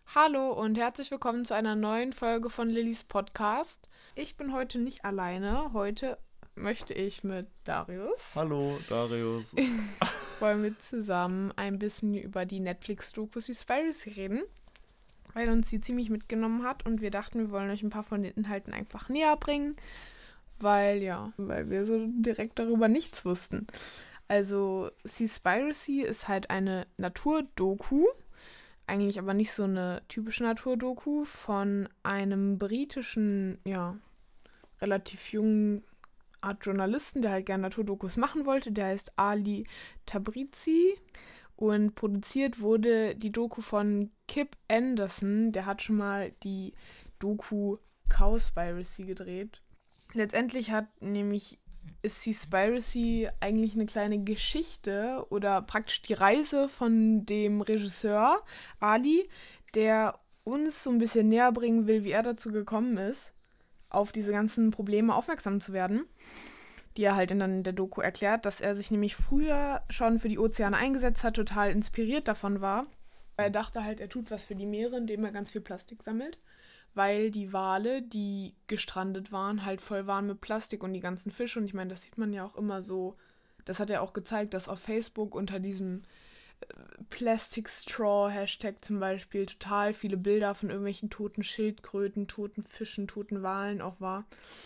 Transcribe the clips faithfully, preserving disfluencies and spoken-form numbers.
Hallo und herzlich willkommen zu einer neuen Folge von Lillys Podcast. Ich bin heute nicht alleine. Heute möchte ich mit Darius, Hallo, Darius. wollen wir zusammen ein bisschen über die Netflix-Doku Seaspiracy reden, weil uns die ziemlich mitgenommen hat und wir dachten, wir wollen euch ein paar von den Inhalten einfach näher bringen, weil ja, weil wir so direkt darüber nichts wussten. Also Seaspiracy ist halt eine Naturdoku, eigentlich aber nicht so eine typische Naturdoku von einem britischen, ja, relativ jungen Art Journalisten, der halt gerne Naturdokus machen wollte. Der heißt Ali Tabrizi und produziert wurde die Doku von Kip Anderson. Der hat schon mal die Doku Cowspiracy gedreht. Letztendlich hat nämlich ist Seaspiracy eigentlich eine kleine Geschichte oder praktisch die Reise von dem Regisseur Ali, der uns so ein bisschen näher bringen will, wie er dazu gekommen ist, auf diese ganzen Probleme aufmerksam zu werden, die er halt in, dann in der Doku erklärt, dass er sich nämlich früher schon für die Ozeane eingesetzt hat, total inspiriert davon war. Er dachte halt, er tut was für die Meere, indem er ganz viel Plastik sammelt, weil die Wale, die gestrandet waren, halt voll waren mit Plastik und die ganzen Fische. Und ich meine, das sieht man ja auch immer so. Das hat er auch gezeigt, dass auf Facebook unter diesem äh, Plastic Straw Hashtag zum Beispiel total viele Bilder von irgendwelchen toten Schildkröten, toten Fischen, toten Walen auch war.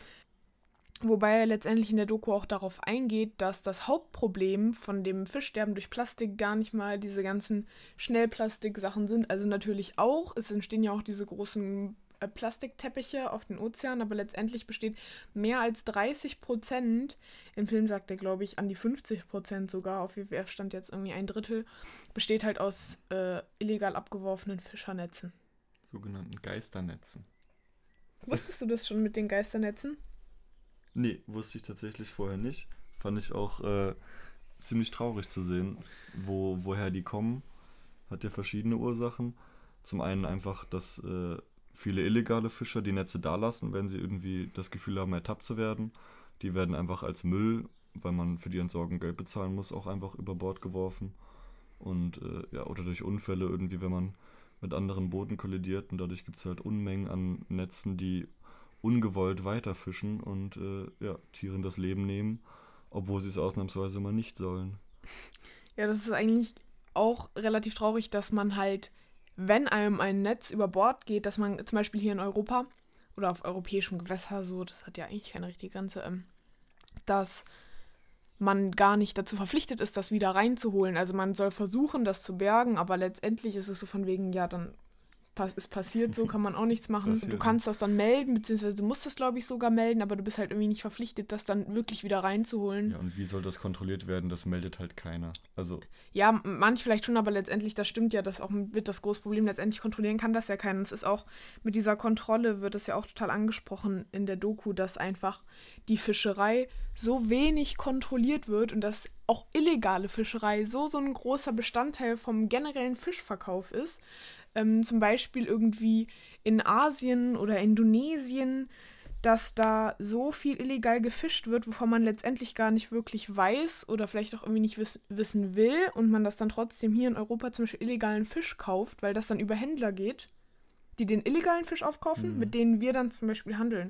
Wobei er letztendlich in der Doku auch darauf eingeht, dass das Hauptproblem von dem Fischsterben durch Plastik gar nicht mal diese ganzen Schnellplastik-Sachen sind. Also natürlich auch, es entstehen ja auch diese großen äh, Plastikteppiche auf den Ozeanen, aber letztendlich besteht mehr als dreißig Prozent, im Film sagt er, glaube ich, an die fünfzig Prozent sogar, auf W W F stand jetzt irgendwie ein Drittel, besteht halt aus äh, illegal abgeworfenen Fischernetzen. Sogenannten Geisternetzen. Wusstest du das schon mit den Geisternetzen? Nee, wusste ich tatsächlich vorher nicht. Fand ich auch äh, ziemlich traurig zu sehen, wo, woher die kommen. Hat ja verschiedene Ursachen. Zum einen einfach, dass äh, viele illegale Fischer die Netze da lassen, wenn sie irgendwie das Gefühl haben, ertappt zu werden. Die werden einfach als Müll, weil man für die Entsorgung Geld bezahlen muss, auch einfach über Bord geworfen. Und äh, ja, oder durch Unfälle irgendwie, wenn man mit anderen Booten kollidiert, und dadurch gibt es halt Unmengen an Netzen, die ungewollt weiterfischen und äh, ja, Tieren das Leben nehmen, obwohl sie es ausnahmsweise mal nicht sollen. Ja, das ist eigentlich auch relativ traurig, dass man halt, wenn einem ein Netz über Bord geht, dass man zum Beispiel hier in Europa oder auf europäischem Gewässer, so, das hat ja eigentlich keine richtige Grenze, ähm, dass man gar nicht dazu verpflichtet ist, das wieder reinzuholen. Also man soll versuchen, das zu bergen, aber letztendlich ist es so von wegen, ja, dann ist passiert, so kann man auch nichts machen. Passiert, Du kannst das dann melden, beziehungsweise du musst das, glaube ich, sogar melden, aber du bist halt irgendwie nicht verpflichtet, das dann wirklich wieder reinzuholen. Ja, und wie soll das kontrolliert werden? Das meldet halt keiner. Also, Ja, manch vielleicht schon, aber letztendlich, das stimmt ja, das auch mit das große Problem, letztendlich kontrollieren kann das ja keiner. Es ist auch, mit dieser Kontrolle wird es ja auch total angesprochen in der Doku, dass einfach die Fischerei so wenig kontrolliert wird und dass auch illegale Fischerei so, so ein großer Bestandteil vom generellen Fischverkauf ist. Ähm, zum Beispiel irgendwie in Asien oder Indonesien, dass da so viel illegal gefischt wird, wovon man letztendlich gar nicht wirklich weiß oder vielleicht auch irgendwie nicht wiss- wissen will und man das dann trotzdem hier in Europa zum Beispiel illegalen Fisch kauft, weil das dann über Händler geht, die den illegalen Fisch aufkaufen, Mhm. mit denen wir dann zum Beispiel handeln.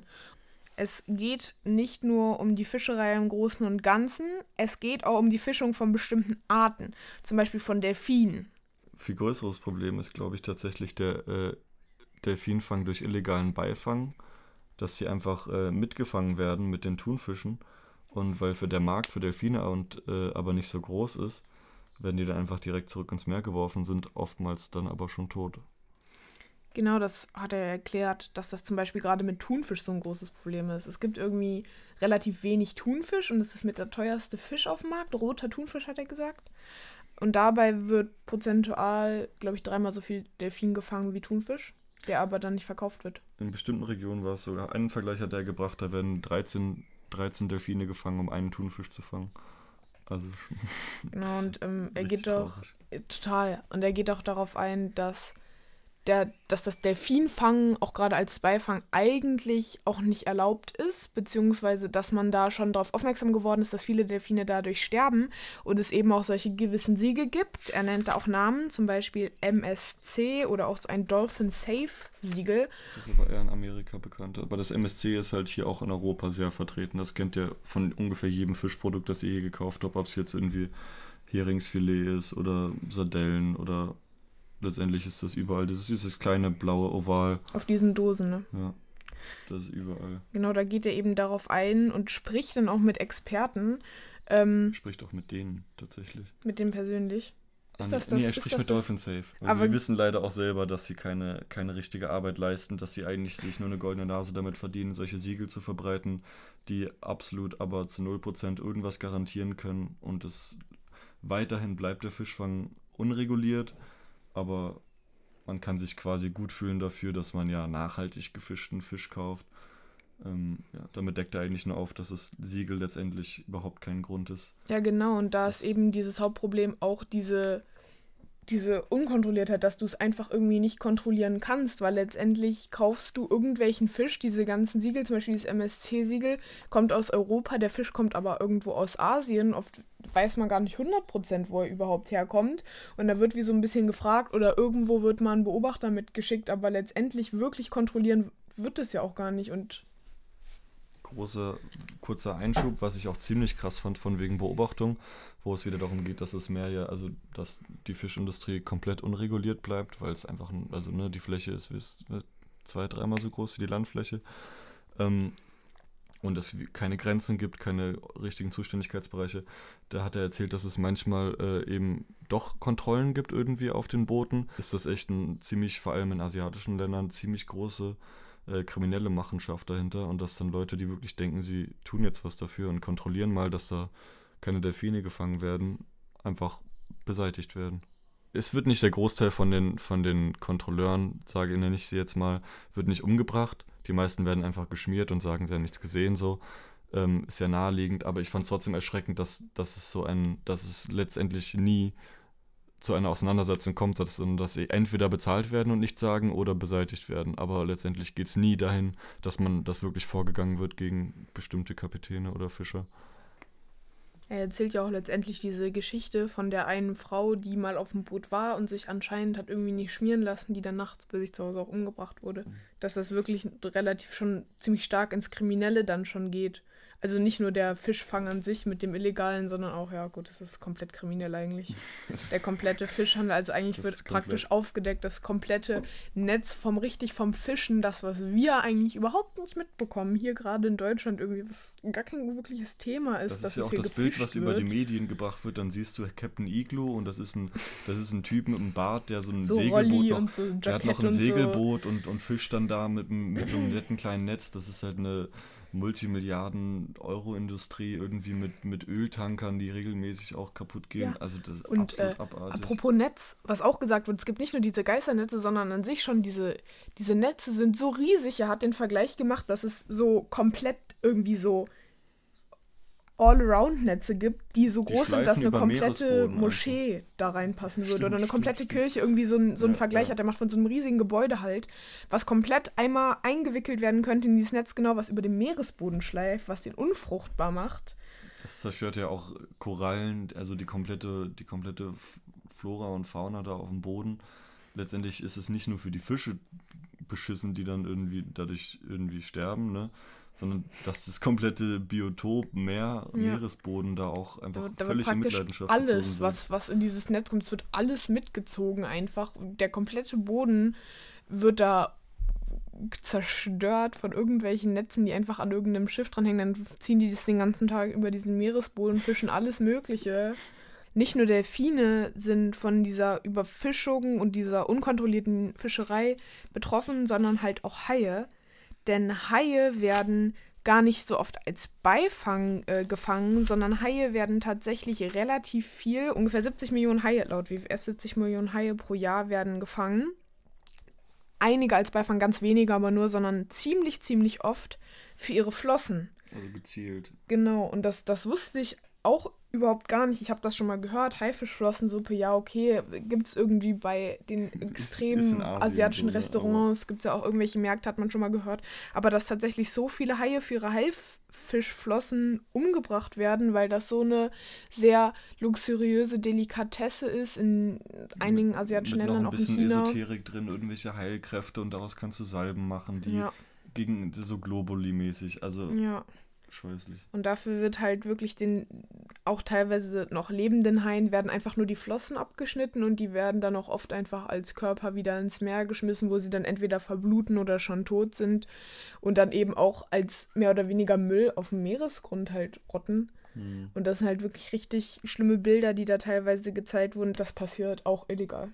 Es geht nicht nur um die Fischerei im Großen und Ganzen, es geht auch um die Fischung von bestimmten Arten, zum Beispiel von Delfinen. viel größeres Problem ist, glaube ich, tatsächlich der äh, Delfinfang durch illegalen Beifang, dass sie einfach äh, mitgefangen werden mit den Thunfischen. Und weil für der Markt für Delfine und, äh, aber nicht so groß ist, werden die dann einfach direkt zurück ins Meer geworfen, sind oftmals dann aber schon tot. Genau, das hat er erklärt, dass das zum Beispiel gerade mit Thunfisch so ein großes Problem ist. Es gibt irgendwie relativ wenig Thunfisch und es ist mit der teuerste Fisch auf dem Markt. Roter Thunfisch, hat er gesagt. Und dabei wird prozentual, glaube ich, dreimal so viel Delfin gefangen wie Thunfisch, der aber dann nicht verkauft wird. In bestimmten Regionen war es sogar, einen Vergleich hat er gebracht, da werden dreizehn, dreizehn Delfine gefangen, um einen Thunfisch zu fangen. Also Genau, und ähm, er richtig geht auch, traurig. äh, total, und er geht auch darauf ein, dass der, dass das Delfinfangen auch gerade als Beifang eigentlich auch nicht erlaubt ist, beziehungsweise dass man da schon darauf aufmerksam geworden ist, dass viele Delfine dadurch sterben und es eben auch solche gewissen Siegel gibt. Er nennt da auch Namen, zum Beispiel M S C oder auch so ein Dolphin Safe Siegel. Das ist aber eher in Amerika bekannt. Aber das M S C ist halt hier auch in Europa sehr vertreten. Das kennt ihr von ungefähr jedem Fischprodukt, das ihr je gekauft habt, ob es jetzt irgendwie Heringsfilet ist oder Sardellen oder letztendlich ist das überall. Das ist dieses kleine blaue Oval. Auf diesen Dosen, ne? Ja, das ist überall. Genau, da geht er eben darauf ein und spricht dann auch mit Experten. Ähm, Spricht auch mit denen tatsächlich. mit denen persönlich. Ist Ah, das nee, das? nee, er ist spricht das mit das? Dolphin Safe. Also Aber- wir wissen leider auch selber, dass sie keine, keine richtige Arbeit leisten, dass sie eigentlich sich nur eine goldene Nase damit verdienen, solche Siegel zu verbreiten, die absolut aber zu null Prozent irgendwas garantieren können. Und es weiterhin bleibt der Fischfang unreguliert, aber man kann sich quasi gut fühlen dafür, dass man ja nachhaltig gefischten Fisch kauft. Ähm, ja, damit deckt er eigentlich nur auf, dass das Siegel letztendlich überhaupt kein Grund ist. Ja, genau. Und da Das- ist eben dieses Hauptproblem auch diese, diese Unkontrolliertheit, dass du es einfach irgendwie nicht kontrollieren kannst, weil letztendlich kaufst du irgendwelchen Fisch, diese ganzen Siegel, zum Beispiel das M S C-Siegel, kommt aus Europa, der Fisch kommt aber irgendwo aus Asien. Oft weiß man gar nicht hundert Prozent, wo er überhaupt herkommt. Und da wird wie so ein bisschen gefragt oder irgendwo wird mal ein Beobachter mitgeschickt, aber letztendlich wirklich kontrollieren wird es ja auch gar nicht. Und Großer, kurzer Einschub, was ich auch ziemlich krass fand von wegen Beobachtung, wo es wieder darum geht, dass das Meer ja, also dass die Fischindustrie komplett unreguliert bleibt, weil es einfach, ein, also ne, die Fläche ist wisst, zwei, dreimal so groß wie die Landfläche ähm, und es keine Grenzen gibt, keine richtigen Zuständigkeitsbereiche. Da hat er erzählt, dass es manchmal äh, eben doch Kontrollen gibt irgendwie auf den Booten. Ist das echt ein ziemlich, vor allem in asiatischen Ländern, ziemlich große Äh, kriminelle Machenschaft dahinter und dass dann Leute, die wirklich denken, sie tun jetzt was dafür und kontrollieren mal, dass da keine Delfine gefangen werden, einfach beseitigt werden. Es wird nicht der Großteil von den, von den Kontrolleuren, sage nenne ich sie jetzt mal, wird nicht umgebracht. Die meisten werden einfach geschmiert und sagen, sie haben nichts gesehen, so. Ähm, ist ja naheliegend, aber ich fand es trotzdem erschreckend, dass, dass es so ein, dass es letztendlich nie zu einer Auseinandersetzung kommt, dass, dass sie entweder bezahlt werden und nichts sagen oder beseitigt werden. Aber letztendlich geht es nie dahin, dass man das wirklich vorgegangen wird gegen bestimmte Kapitäne oder Fischer. er erzählt ja auch letztendlich diese Geschichte von der einen Frau, die mal auf dem Boot war und sich anscheinend hat irgendwie nicht schmieren lassen, die dann nachts bei sich zu Hause auch umgebracht wurde. Dass das wirklich relativ schon ziemlich stark ins Kriminelle dann schon geht. Also nicht nur der Fischfang an sich mit dem Illegalen, sondern auch, ja gut, das ist komplett kriminell eigentlich. Der komplette Fischhandel, also eigentlich Das wird ist praktisch komplett- aufgedeckt, das komplette Netz vom richtig vom Fischen, das, was wir eigentlich überhaupt nicht mitbekommen, hier gerade in Deutschland irgendwie, was gar kein wirkliches Thema ist, Das dass ist ja es auch hier das Bild, gefischt was wird. über die Medien gebracht wird. Dann siehst du Captain Igloo und das ist ein, das ist ein Typ mit einem Bart, der so ein So Segelboot Rolli noch, und so der hat Jackett noch ein und so. Segelboot und, und fischt dann da mit, einem- mit so einem netten kleinen Netz. Das ist halt eine Multimilliarden-Euro-Industrie irgendwie mit, mit Öltankern, die regelmäßig auch kaputt gehen. Ja. Also das ist Und absolut äh, abartig. apropos Netz, was auch gesagt wird, es gibt nicht nur diese Geisternetze, sondern an sich schon diese, diese Netze sind so riesig. Er hat den Vergleich gemacht, dass es so komplett irgendwie so All-Around-Netze gibt, die so Die groß sind, dass schleifen eine über komplette Meeresboden Moschee da reinpassen würde. Stimmt, Oder eine stimmt, komplette stimmt. Kirche, irgendwie so ein, so ein Ja, Vergleich ja. hat er gemacht von so einem riesigen Gebäude halt, was komplett einmal eingewickelt werden könnte in dieses Netz, genau, was über dem Meeresboden schleift, was den unfruchtbar macht. Das zerstört ja auch Korallen, also die komplette, die komplette F- Flora und Fauna da auf dem Boden. Letztendlich ist es nicht nur für die Fische beschissen, die dann irgendwie dadurch irgendwie sterben, ne? Sondern dass das komplette Biotop, Meer, Ja. Meeresboden da auch einfach Da, da wird völlig in praktisch Mitleidenschaft gezogen alles, sind. was, was in dieses Netz kommt, es wird alles mitgezogen einfach. Der komplette Boden wird da zerstört von irgendwelchen Netzen, die einfach an irgendeinem Schiff dranhängen. Dann ziehen die das den ganzen Tag über diesen Meeresboden, fischen alles Mögliche. Nicht nur Delfine sind von dieser Überfischung und dieser unkontrollierten Fischerei betroffen, sondern halt auch Haie. Denn Haie werden gar nicht so oft als Beifang äh, gefangen, sondern Haie werden tatsächlich relativ viel, ungefähr siebzig Millionen Haie, laut W W F siebzig Millionen Haie pro Jahr werden gefangen. Einige als Beifang, ganz wenige aber nur, sondern ziemlich, ziemlich oft für ihre Flossen. Also gezielt. Genau, und das, das wusste ich auch überhaupt gar nicht. Ich habe das schon mal gehört, Haifischflossensuppe, ja okay, gibt es irgendwie bei den extremen asiatischen so, ne? Restaurants, gibt es ja auch irgendwelche Märkte, hat man schon mal gehört. Aber dass tatsächlich so viele Haie für ihre Haifischflossen umgebracht werden, weil das so eine sehr luxuriöse Delikatesse ist in einigen mit, asiatischen mit Ländern, auch in China. Mit noch ein bisschen Esoterik drin, irgendwelche Heilkräfte und daraus kannst du Salben machen, die ja. gegen so Globuli-mäßig, also ja. scheußlich. Und dafür wird halt wirklich den auch teilweise noch lebenden Haien werden einfach nur die Flossen abgeschnitten und die werden dann auch oft einfach als Körper wieder ins Meer geschmissen, wo sie dann entweder verbluten oder schon tot sind und dann eben auch als mehr oder weniger Müll auf dem Meeresgrund halt rotten. Hm. Und das sind halt wirklich richtig schlimme Bilder, die da teilweise gezeigt wurden. Das passiert auch illegal.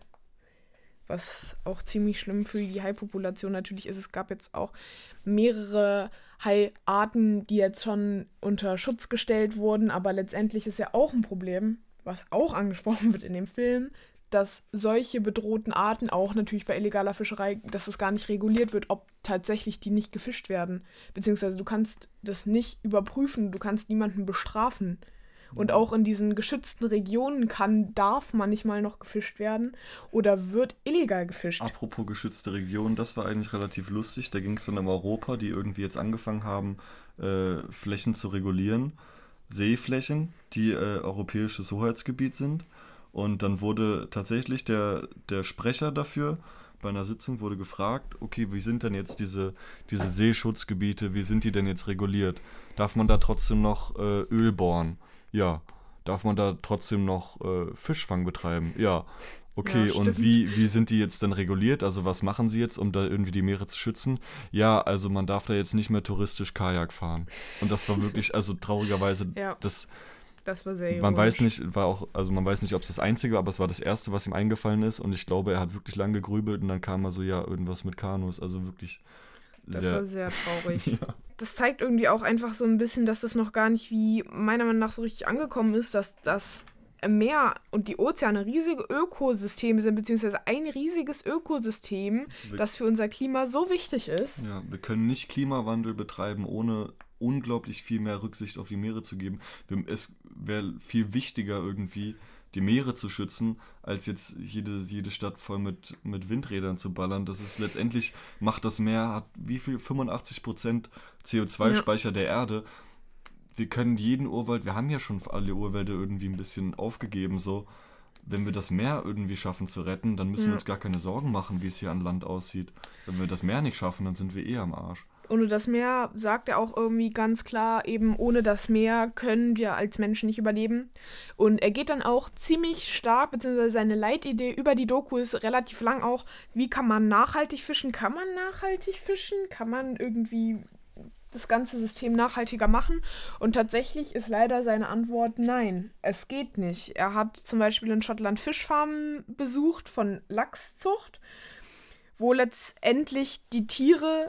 Was auch ziemlich schlimm für die Haipopulation natürlich ist. Es gab jetzt auch mehrere Haiarten, die jetzt schon unter Schutz gestellt wurden, aber letztendlich ist ja auch ein Problem, was auch angesprochen wird in dem Film, dass solche bedrohten Arten auch natürlich bei illegaler Fischerei, dass es gar nicht reguliert wird, ob tatsächlich die nicht gefischt werden. Beziehungsweise du kannst das nicht überprüfen, du kannst niemanden bestrafen. Und auch in diesen geschützten Regionen kann, darf manchmal noch gefischt werden oder wird illegal gefischt. Apropos geschützte Regionen, das war eigentlich relativ lustig. Da ging es dann um Europa, die irgendwie jetzt angefangen haben, äh, Flächen zu regulieren. Seeflächen, die äh, europäisches Hoheitsgebiet sind. Und dann wurde tatsächlich der, der Sprecher dafür bei einer Sitzung wurde gefragt, okay, wie sind denn jetzt diese, diese Seeschutzgebiete, wie sind die denn jetzt reguliert? Darf man da trotzdem noch äh, Öl bohren? Ja. Darf man da trotzdem noch äh, Fischfang betreiben? Ja. Okay, ja, und wie, wie sind die jetzt dann reguliert? Also was machen sie jetzt, um da irgendwie die Meere zu schützen? Ja, also man darf da jetzt nicht mehr touristisch Kajak fahren. Und das war wirklich, also traurigerweise, ja, das... Das war sehr Man weiß nicht, war auch, also man weiß nicht, ob es das Einzige war, aber es war das Erste, was ihm eingefallen ist. Und ich glaube, er hat wirklich lange gegrübelt und dann kam er so, ja, irgendwas mit Kanus. Also wirklich Das sehr... war sehr traurig. Ja. Das zeigt irgendwie auch einfach so ein bisschen, dass das noch gar nicht wie meiner Meinung nach so richtig angekommen ist, dass das Meer und die Ozeane riesige Ökosysteme sind, beziehungsweise ein riesiges Ökosystem, wir, das für unser Klima so wichtig ist. Ja, wir können nicht Klimawandel betreiben, ohne unglaublich viel mehr Rücksicht auf die Meere zu geben. Wir, es wäre viel wichtiger irgendwie, die Meere zu schützen, als jetzt jede, jede Stadt voll mit, mit Windrädern zu ballern. Das ist letztendlich, macht das Meer, hat wie viel? fünfundachtzig Prozent C O zwei Speicher ja. der Erde. Wir können jeden Urwald, wir haben ja schon alle Urwälder irgendwie ein bisschen aufgegeben, so. Wenn wir das Meer irgendwie schaffen zu retten, dann müssen ja. wir uns gar keine Sorgen machen, wie es hier an Land aussieht. Wenn wir das Meer nicht schaffen, dann sind wir eh am Arsch. Ohne das Meer, sagt er auch irgendwie ganz klar, eben ohne das Meer können wir als Menschen nicht überleben. Und er geht dann auch ziemlich stark, beziehungsweise seine Leitidee über die Doku ist relativ lang auch, wie kann man nachhaltig fischen? Kann man nachhaltig fischen? Kann man irgendwie das ganze System nachhaltiger machen? Und tatsächlich ist leider seine Antwort nein, es geht nicht. Er hat zum Beispiel in Schottland Fischfarmen besucht von Lachszucht, wo letztendlich die Tiere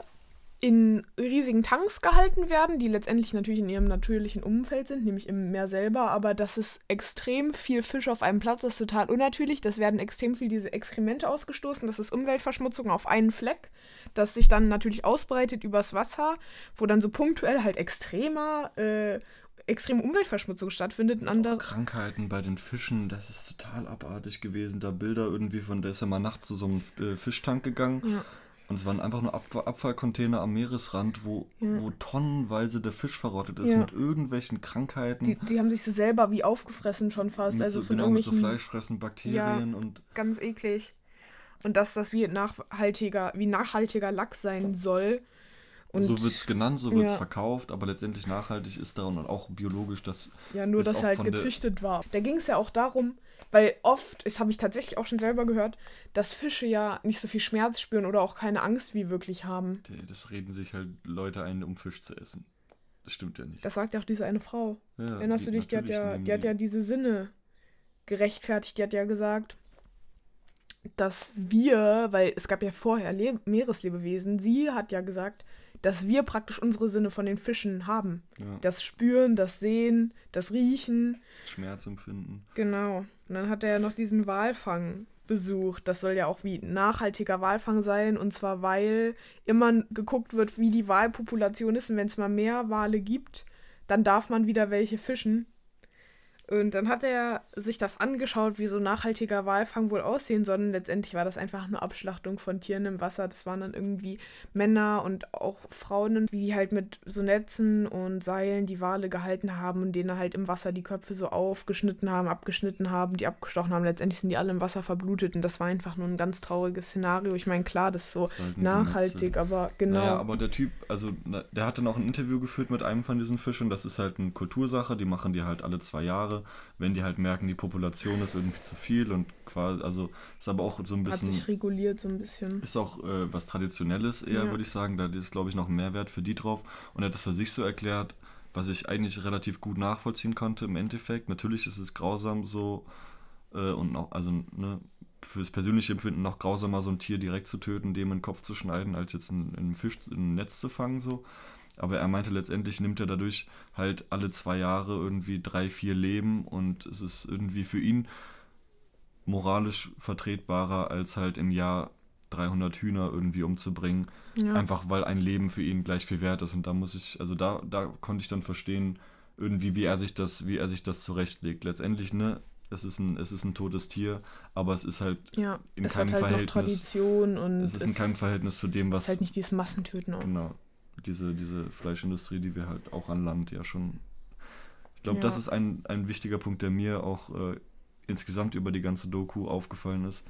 in riesigen Tanks gehalten werden, die letztendlich natürlich in ihrem natürlichen Umfeld sind, nämlich im Meer selber, aber das ist extrem viel Fisch auf einem Platz, das ist total unnatürlich, das werden extrem viel diese Exkremente ausgestoßen, das ist Umweltverschmutzung auf einen Fleck, das sich dann natürlich ausbreitet übers Wasser, wo dann so punktuell halt extremer, äh, extreme Umweltverschmutzung stattfindet. Und andere Krankheiten bei den Fischen, das ist total abartig gewesen, da Bilder irgendwie von, der ist ja mal nachts zu so einem äh, Fischtank gegangen. Ja. Und es waren einfach nur Ab- Abfallcontainer am Meeresrand, wo, ja. wo tonnenweise der Fisch verrottet ist, ja. mit irgendwelchen Krankheiten. Die, die haben sich so selber wie aufgefressen schon fast. Mit also so, von genau, irgendwelchen, mit so Fleischfressen, Bakterien ja, und... ganz eklig. Und dass das wie nachhaltiger, wie nachhaltiger Lachs sein soll. Und so wird es genannt, so wird es ja. verkauft, aber letztendlich nachhaltig ist daran und auch biologisch, das ja, nur, dass halt gezüchtet war. Da ging es ja auch darum, weil oft, das habe ich tatsächlich auch schon selber gehört, dass Fische ja nicht so viel Schmerz spüren oder auch keine Angst wie wirklich haben. Das reden sich halt Leute ein, um Fisch zu essen. Das stimmt ja nicht. Das sagt ja auch diese eine Frau. Ja, Erinnerst die, du dich, die hat, ja, die hat ja diese Sinne gerechtfertigt. Die hat ja gesagt, dass wir, weil es gab ja vorher Le- Meereslebewesen, sie hat ja gesagt, dass wir praktisch unsere Sinne von den Fischen haben. Ja. Das Spüren, das Sehen, das Riechen. Schmerzempfinden. Genau. Und dann hat er ja noch diesen Walfang besucht. Das soll ja auch wie nachhaltiger Walfang sein. Und zwar, weil immer geguckt wird, wie die Walpopulation ist. Und wenn es mal mehr Wale gibt, dann darf man wieder welche fischen. Und dann hat er sich das angeschaut, wie so nachhaltiger Walfang wohl aussehen soll. Und letztendlich war das einfach eine Abschlachtung von Tieren im Wasser. Das waren dann irgendwie Männer und auch Frauen, wie die halt mit so Netzen und Seilen die Wale gehalten haben und denen halt im Wasser die Köpfe so aufgeschnitten haben, abgeschnitten haben, die abgestochen haben. Letztendlich sind die alle im Wasser verblutet. Und das war einfach nur ein ganz trauriges Szenario. Ich meine, klar, das ist so Das war halt ein nachhaltig, Netze. aber genau. Naja, aber der Typ, also na, der hatte noch ein Interview geführt mit einem von diesen Fischen. Das ist halt eine Kultursache, die machen die halt alle zwei Jahre, wenn die halt merken, die Population ist irgendwie zu viel und quasi, also ist aber auch so ein Hat bisschen, sich reguliert so ein bisschen. ist auch äh, was Traditionelles eher, Ja. würde ich sagen. Da ist, glaube ich, noch ein Mehrwert für die drauf. Und er hat das für sich so erklärt, was ich eigentlich relativ gut nachvollziehen konnte im Endeffekt. Natürlich ist es grausam so äh, und auch, also ne, fürs persönliche Empfinden noch grausamer, so ein Tier direkt zu töten, dem in den Kopf zu schneiden, als jetzt einen, einen Fisch im Netz zu fangen, so. Aber er meinte, letztendlich nimmt er dadurch halt alle zwei Jahre irgendwie drei, vier Leben und es ist irgendwie für ihn moralisch vertretbarer, als halt im Jahr dreihundert Hühner irgendwie umzubringen. Ja. Einfach weil ein Leben für ihn gleich viel wert ist. Und da muss ich, also da, da konnte ich dann verstehen, irgendwie, wie er sich das, wie er sich das zurechtlegt. Letztendlich, ne, es ist ein, es ist ein totes Tier, aber es ist halt Ja, in es keinem hat halt noch Verhältnis. Tradition und Es ist in keinem Verhältnis zu dem, ist was halt nicht dieses Massentöten auch. genau, diese, diese Fleischindustrie, die wir halt auch an Land ja schon. Ich glaube, Ja. das ist ein, ein wichtiger Punkt, der mir auch äh, insgesamt über die ganze Doku aufgefallen ist,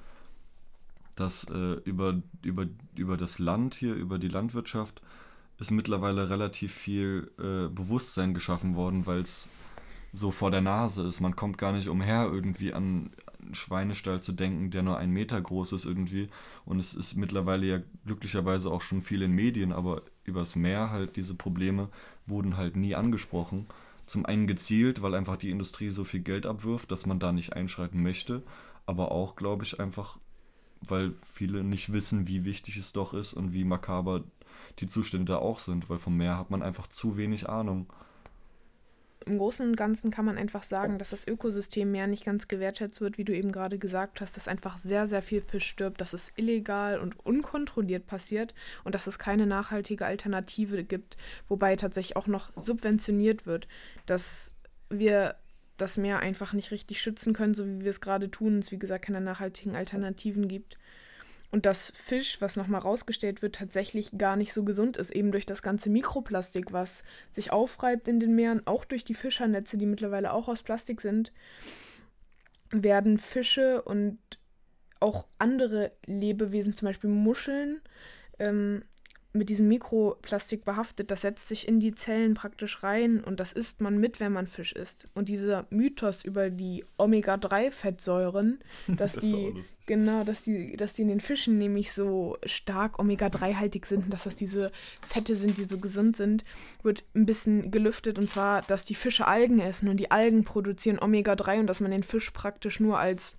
dass äh, über, über, über das Land hier, über die Landwirtschaft, ist mittlerweile relativ viel äh, Bewusstsein geschaffen worden, weil es so vor der Nase ist. Man kommt gar nicht umher, irgendwie an einen Schweinestall zu denken, der nur einen Meter groß ist irgendwie. Und es ist mittlerweile ja glücklicherweise auch schon viel in Medien, aber übers Meer halt diese Probleme wurden halt nie angesprochen. Zum einen gezielt, weil einfach die Industrie so viel Geld abwirft, dass man da nicht einschreiten möchte, aber auch, glaube ich, einfach, weil viele nicht wissen, wie wichtig es doch ist und wie makaber die Zustände da auch sind, weil vom Meer hat man einfach zu wenig Ahnung. Im Großen und Ganzen kann man einfach sagen, dass das Ökosystem Meer nicht ganz gewertschätzt wird, wie du eben gerade gesagt hast, dass einfach sehr, sehr viel Fisch stirbt, dass es illegal und unkontrolliert passiert und dass es keine nachhaltige Alternative gibt, wobei tatsächlich auch noch subventioniert wird, dass wir das Meer einfach nicht richtig schützen können, so wie wir es gerade tun, es wie gesagt keine nachhaltigen Alternativen gibt. Und dass Fisch, was nochmal rausgestellt wird, tatsächlich gar nicht so gesund ist, eben durch das ganze Mikroplastik, was sich aufreibt in den Meeren, auch durch die Fischernetze, die mittlerweile auch aus Plastik sind, werden Fische und auch andere Lebewesen, zum Beispiel Muscheln, ähm, mit diesem Mikroplastik behaftet. Das setzt sich in die Zellen praktisch rein und das isst man mit, wenn man Fisch isst. Und dieser Mythos über die Omega drei Fettsäuren, dass Das ist die auch lustig. genau, dass die, dass die in den Fischen nämlich so stark Omega drei haltig sind und dass das diese Fette sind, die so gesund sind, wird ein bisschen gelüftet. Und zwar, dass die Fische Algen essen und die Algen produzieren Omega drei und dass man den Fisch praktisch nur als,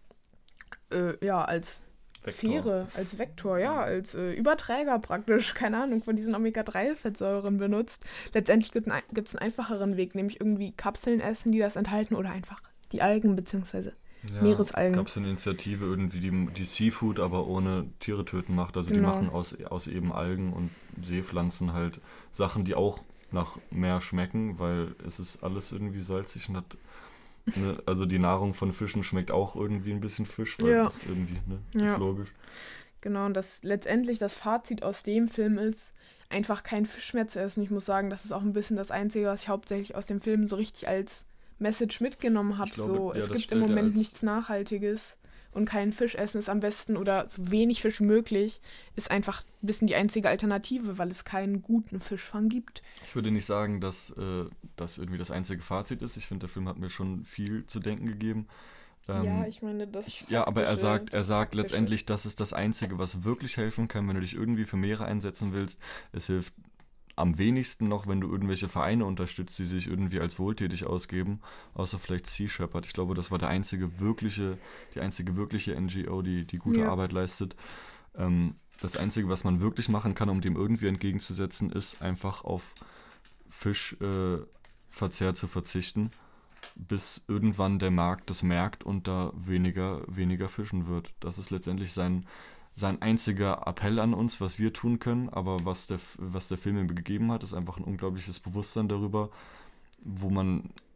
äh, ja, als Vektor. Fähre, als Vektor, ja, als äh, Überträger praktisch, keine Ahnung, von diesen Omega drei Fettsäuren benutzt. Letztendlich gibt es einen einfacheren Weg, nämlich irgendwie Kapseln essen, die das enthalten oder einfach die Algen bzw. Ja, Meeresalgen. gab es eine Initiative irgendwie, die, die Seafood, aber ohne Tiere töten macht. Also die Genau. machen aus, aus eben Algen und Seepflanzen halt Sachen, die auch nach Meer schmecken, weil es ist alles irgendwie salzig und hat, ne, also die Nahrung von Fischen schmeckt auch irgendwie ein bisschen Fisch, weil Ja. das irgendwie, ne, Ja. ist logisch. Genau, und das letztendlich das Fazit aus dem Film ist, einfach keinen Fisch mehr zu essen. Ich muss sagen, das ist auch ein bisschen das Einzige, was ich hauptsächlich aus dem Film so richtig als Message mitgenommen habe. Ich glaube, So, ja, es das gibt im stellt er Moment als- nichts Nachhaltiges und kein Fisch essen ist am besten oder so wenig Fisch wie möglich ist einfach ein bisschen die einzige Alternative, weil es keinen guten Fischfang gibt. Ich würde nicht sagen, dass äh, das irgendwie das einzige Fazit ist. Ich finde, der Film hat mir schon viel zu denken gegeben. Ähm, ja, ich meine, das Ich, ja, aber er Praktische, sagt, er das sagt Praktische. letztendlich, das ist das Einzige, was wirklich helfen kann, wenn du dich irgendwie für Meere einsetzen willst. Es hilft am wenigsten noch, wenn du irgendwelche Vereine unterstützt, die sich irgendwie als wohltätig ausgeben, außer vielleicht Sea Shepherd. Ich glaube, das war der einzige wirkliche, die einzige wirkliche N G O, die, die gute Ja. Arbeit leistet. Ähm, das Einzige, was man wirklich machen kann, um dem irgendwie entgegenzusetzen, ist einfach auf Fischverzehr äh, Verzehr zu verzichten, bis irgendwann der Markt das merkt und da weniger, weniger fischen wird. Das ist letztendlich sein, sein einziger Appell an uns, was wir tun können, aber was der, was der Film ihm gegeben hat, ist einfach ein unglaubliches Bewusstsein darüber, wo man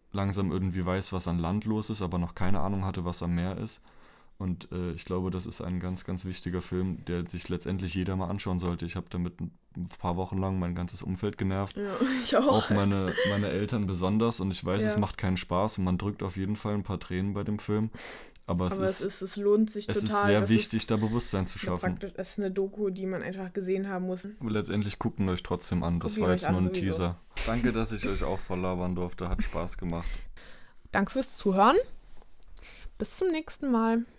langsam irgendwie weiß, was an Land los ist, aber noch keine Ahnung hatte, was am Meer ist. Und äh, ich glaube, das ist ein ganz, ganz wichtiger Film, der sich letztendlich jeder mal anschauen sollte. Ich habe damit ein paar Wochen lang mein ganzes Umfeld genervt. Ja, ich auch. Auch meine, meine Eltern besonders. Und ich weiß, Ja. es macht keinen Spaß und man drückt auf jeden Fall ein paar Tränen bei dem Film. Aber es, Aber ist, es, ist, es lohnt sich es total. ist sehr Das wichtig, ist da Bewusstsein zu eine schaffen. praktisch, es ist eine Doku, die man einfach gesehen haben muss. Aber letztendlich gucken euch trotzdem an. Das Guckt war ihn jetzt euch nur an, ein sowieso. Teaser. Danke, dass ich euch auch voll labern durfte. Hat Spaß gemacht. Danke fürs Zuhören. Bis zum nächsten Mal.